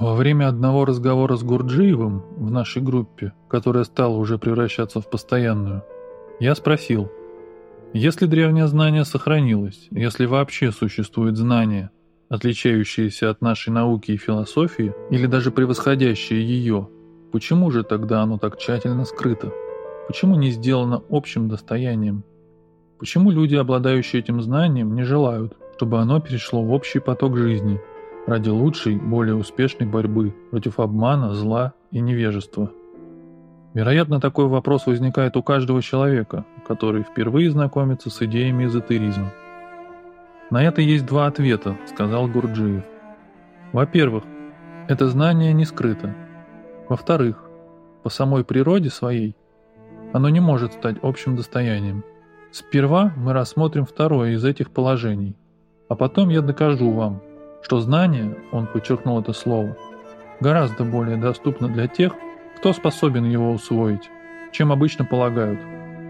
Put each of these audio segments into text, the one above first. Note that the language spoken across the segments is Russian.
Во время одного разговора с Гурджиевым в нашей группе, которая стала уже превращаться в постоянную, я спросил, если древнее знание сохранилось, если вообще существует знание, отличающееся от нашей науки и философии, или даже превосходящее ее, почему же тогда оно так тщательно скрыто? Почему не сделано общим достоянием? Почему люди, обладающие этим знанием, не желают, чтобы оно перешло в общий поток жизни, ради лучшей, более успешной борьбы против обмана, зла и невежества? Вероятно, такой вопрос возникает у каждого человека, который впервые знакомится с идеями эзотеризма. На это есть два ответа, сказал Гурджиев. Во-первых, это знание не скрыто. Во-вторых, по самой природе своей оно не может стать общим достоянием. Сперва мы рассмотрим второе из этих положений, а потом я докажу вам, что знание, он подчеркнул это слово, гораздо более доступно для тех, кто способен его усвоить, чем обычно полагают.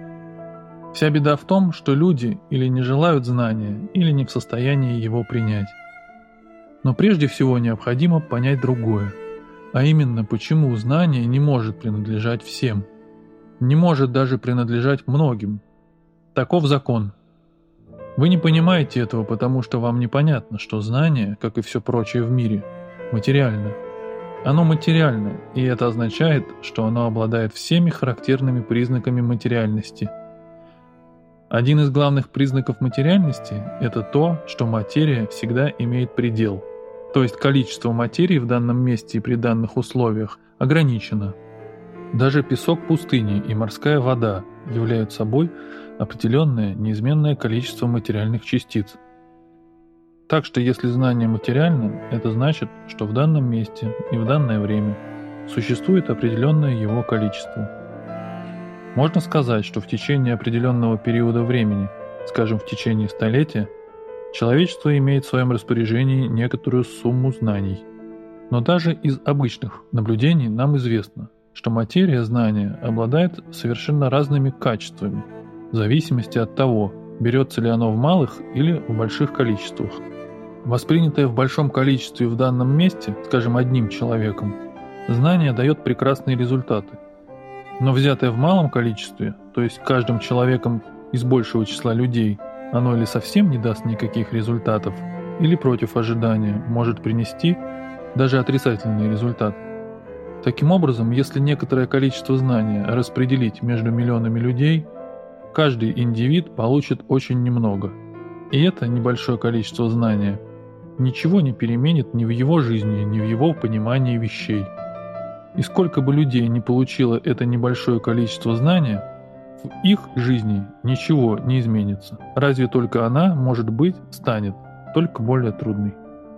Вся беда в том, что люди или не желают знания, или не в состоянии его принять. Но прежде всего необходимо понять другое, а именно, почему знание не может принадлежать всем, не может даже принадлежать многим. Таков закон. Вы не понимаете этого, потому что вам непонятно, что знание, как и все прочее в мире, материально. Оно материально, и это означает, что оно обладает всеми характерными признаками материальности. Один из главных признаков материальности – это то, что материя всегда имеет предел, то есть количество материи в данном месте и при данных условиях ограничено. Даже песок пустыни и морская вода являют собой определенное неизменное количество материальных частиц. Так что если знание материально, это значит, что в данном месте и в данное время существует определенное его количество. Можно сказать, что в течение определенного периода времени, скажем в течение столетия, человечество имеет в своем распоряжении некоторую сумму знаний. Но даже из обычных наблюдений нам известно, что материя знания обладает совершенно разными качествами, в зависимости от того, берется ли оно в малых или в больших количествах. Воспринятое в большом количестве в данном месте, скажем, одним человеком, знание дает прекрасные результаты. Но взятое в малом количестве, то есть каждым человеком из большего числа людей, оно или совсем не даст никаких результатов, или против ожидания может принести даже отрицательные результаты. Таким образом, если некоторое количество знания распределить между миллионами людей, каждый индивид получит очень немного. И это небольшое количество знания ничего не переменит ни в его жизни, ни в его понимании вещей. И сколько бы людей не получило это небольшое количество знания, в их жизни ничего не изменится. Разве только она, может быть, станет только более трудной.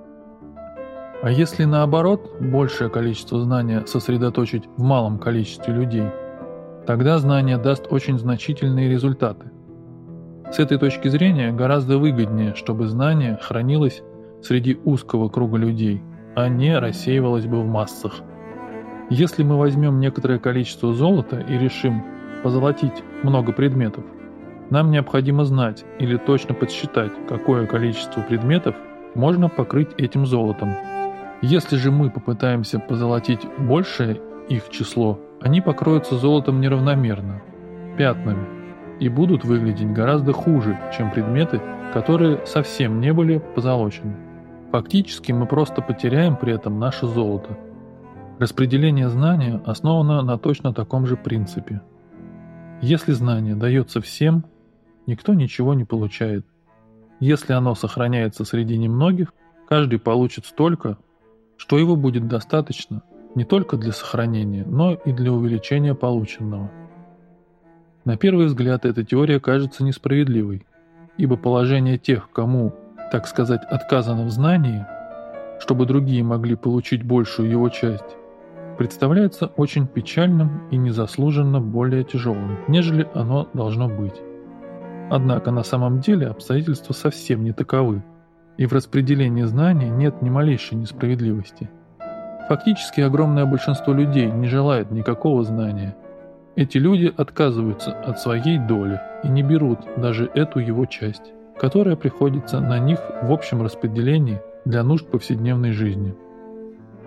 А если наоборот, большее количество знания сосредоточить в малом количестве людей, тогда знание даст очень значительные результаты. С этой точки зрения гораздо выгоднее, чтобы знание хранилось среди узкого круга людей, а не рассеивалось бы в массах. Если мы возьмем некоторое количество золота и решим позолотить много предметов, нам необходимо знать или точно подсчитать, какое количество предметов можно покрыть этим золотом. Если же мы попытаемся позолотить большее их число, они покроются золотом неравномерно, пятнами, и будут выглядеть гораздо хуже, чем предметы, которые совсем не были позолочены. Фактически мы просто потеряем при этом наше золото. Распределение знания основано на точно таком же принципе. Если знание дается всем, никто ничего не получает. Если оно сохраняется среди немногих, каждый получит столько, что его будет достаточно не только для сохранения, но и для увеличения полученного. На первый взгляд эта теория кажется несправедливой, ибо положение тех, кому, так сказать, отказано в знании, чтобы другие могли получить большую его часть, представляется очень печальным и незаслуженно более тяжелым, нежели оно должно быть. Однако на самом деле обстоятельства совсем не таковы, и в распределении знаний нет ни малейшей несправедливости. Фактически огромное большинство людей не желает никакого знания. Эти люди отказываются от своей доли и не берут даже эту его часть, которая приходится на них в общем распределении для нужд повседневной жизни.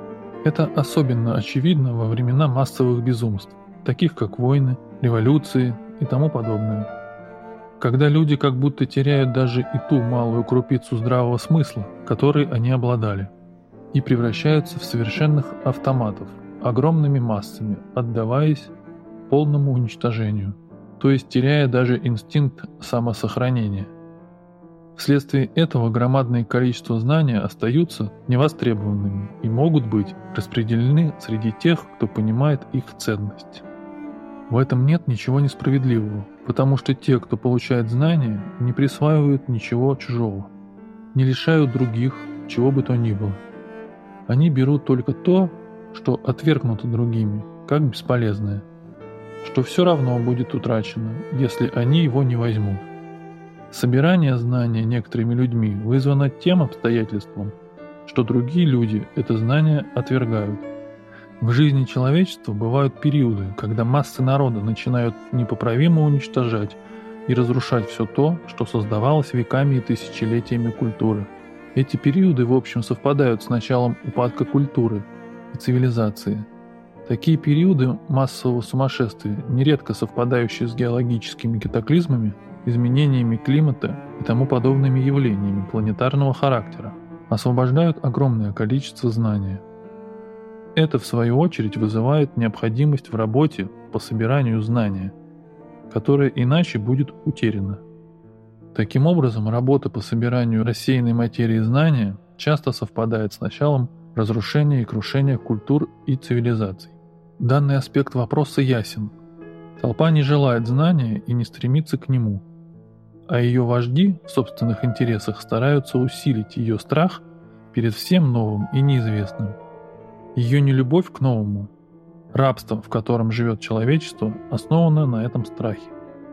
Это особенно очевидно во времена массовых безумств, таких как войны, революции и тому подобное. Когда люди как будто теряют даже и ту малую крупицу здравого смысла, которой они обладали, и превращаются в совершенных автоматов, огромными массами, отдаваясь полному уничтожению, то есть теряя даже инстинкт самосохранения. Вследствие этого громадное количество знаний остаются невостребованными и могут быть распределены среди тех, кто понимает их ценность. В этом нет ничего несправедливого, потому что те, кто получает знания, не присваивают ничего чужого, не лишают других чего бы то ни было. Они берут только то, что отвергнуто другими, как бесполезное, что все равно будет утрачено, если они его не возьмут. Собирание знания некоторыми людьми вызвано тем обстоятельством, что другие люди это знание отвергают. В жизни человечества бывают периоды, когда массы народа начинают непоправимо уничтожать и разрушать все то, что создавалось веками и тысячелетиями культуры. Эти периоды, в общем, совпадают с началом упадка культуры и цивилизации. Такие периоды массового сумасшествия, нередко совпадающие с геологическими катаклизмами, изменениями климата и тому подобными явлениями планетарного характера, освобождают огромное количество знания. Это, в свою очередь, вызывает необходимость в работе по собиранию знания, которая иначе будет утеряна. Таким образом, работа по собиранию рассеянной материи знания часто совпадает с началом разрушения и крушения культур и цивилизаций. Данный аспект вопроса ясен. Толпа не желает знания и не стремится к нему, а ее вожди в собственных интересах стараются усилить ее страх перед всем новым и неизвестным. Ее нелюбовь к новому, рабство, в котором живет человечество, основано на этом страхе.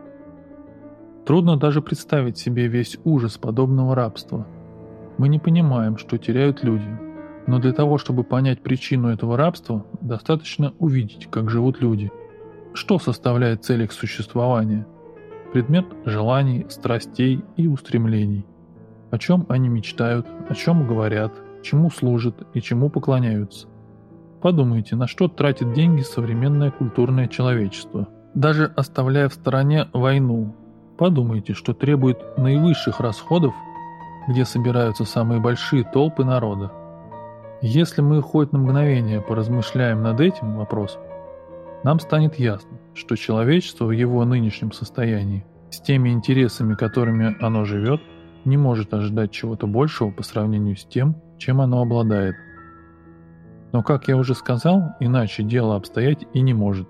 Трудно даже представить себе весь ужас подобного рабства. Мы не понимаем, что теряют люди, но для того, чтобы понять причину этого рабства, достаточно увидеть, как живут люди. Что составляет цель их существования? Предмет желаний, страстей и устремлений. О чем они мечтают, о чем говорят, чему служат и чему поклоняются. Подумайте, на что тратит деньги современное культурное человечество. Даже оставляя в стороне войну, подумайте, что требует наивысших расходов, где собираются самые большие толпы народа. Если мы хоть на мгновение поразмышляем над этим вопросом, нам станет ясно, что человечество в его нынешнем состоянии, с теми интересами, которыми оно живет, не может ожидать чего-то большего по сравнению с тем, чем оно обладает. Но, как я уже сказал, иначе дело обстоять и не может.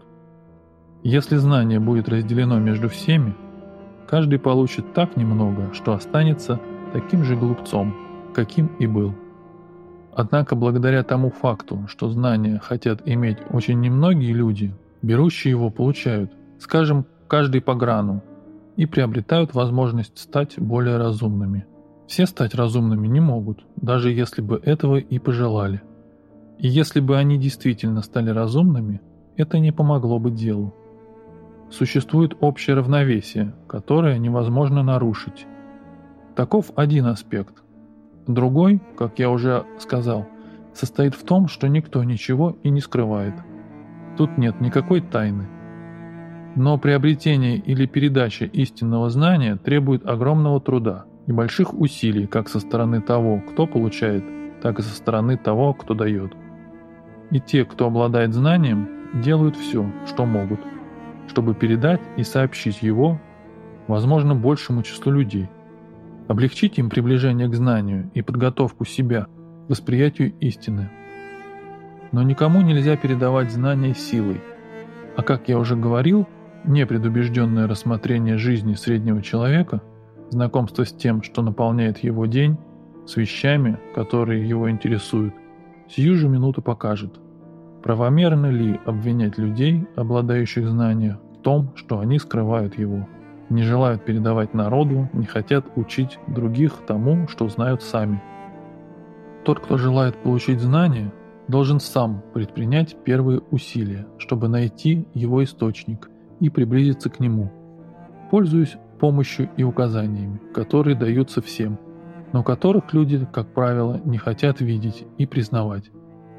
Если знание будет разделено между всеми, каждый получит так немного, что останется таким же глупцом, каким и был. Однако благодаря тому факту, что знания хотят иметь очень немногие люди, берущие его получают, скажем, каждый по грану, и приобретают возможность стать более разумными. Все стать разумными не могут, даже если бы этого и пожелали. И если бы они действительно стали разумными, это не помогло бы делу. Существует общее равновесие, которое невозможно нарушить. Таков один аспект. Другой, как я уже сказал, состоит в том, что никто ничего и не скрывает. Тут нет никакой тайны. Но приобретение или передача истинного знания требует огромного труда и больших усилий как со стороны того, кто получает, так и со стороны того, кто дает. И те, кто обладает знанием, делают все, что могут, чтобы передать и сообщить его, возможно, большему числу людей, облегчить им приближение к знанию и подготовку себя к восприятию истины. Но никому нельзя передавать знания силой, а, как я уже говорил, непредубежденное рассмотрение жизни среднего человека, знакомство с тем, что наполняет его день, с вещами, которые его интересуют, сию же минуту покажет, правомерно ли обвинять людей, обладающих знанием, в том, что они скрывают его, не желают передавать народу, не хотят учить других тому, что знают сами. Тот, кто желает получить знания, должен сам предпринять первые усилия, чтобы найти его источник и приблизиться к нему, пользуясь помощью и указаниями, которые даются всем, но которых люди, как правило, не хотят видеть и признавать.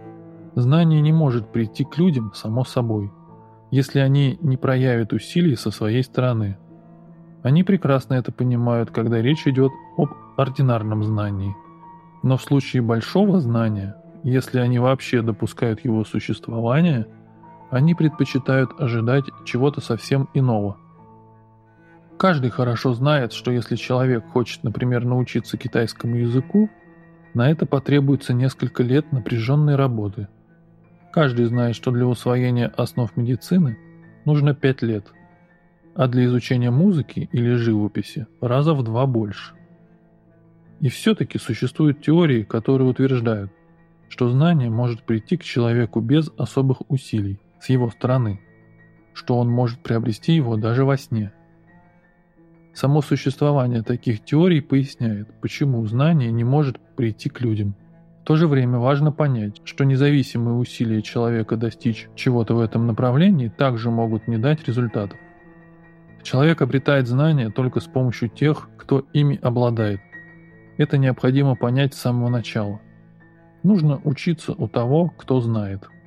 Знание не может прийти к людям само собой, если они не проявят усилий со своей стороны. Они прекрасно это понимают, когда речь идет об ординарном знании. Но в случае большого знания, если они вообще допускают его существование, они предпочитают ожидать чего-то совсем иного. Каждый хорошо знает, что если человек хочет, например, научиться китайскому языку, на это потребуется несколько лет напряженной работы. Каждый знает, что для усвоения основ медицины нужно 5 лет, а для изучения музыки или живописи раза в 2 больше. И все-таки существуют теории, которые утверждают, что знание может прийти к человеку без особых усилий с его стороны, что он может приобрести его даже во сне. Само существование таких теорий поясняет, почему знание не может прийти к людям. В то же время важно понять, что независимые усилия человека достичь чего-то в этом направлении также могут не дать результатов. Человек обретает знания только с помощью тех, кто ими обладает. Это необходимо понять с самого начала. Нужно учиться у того, кто знает.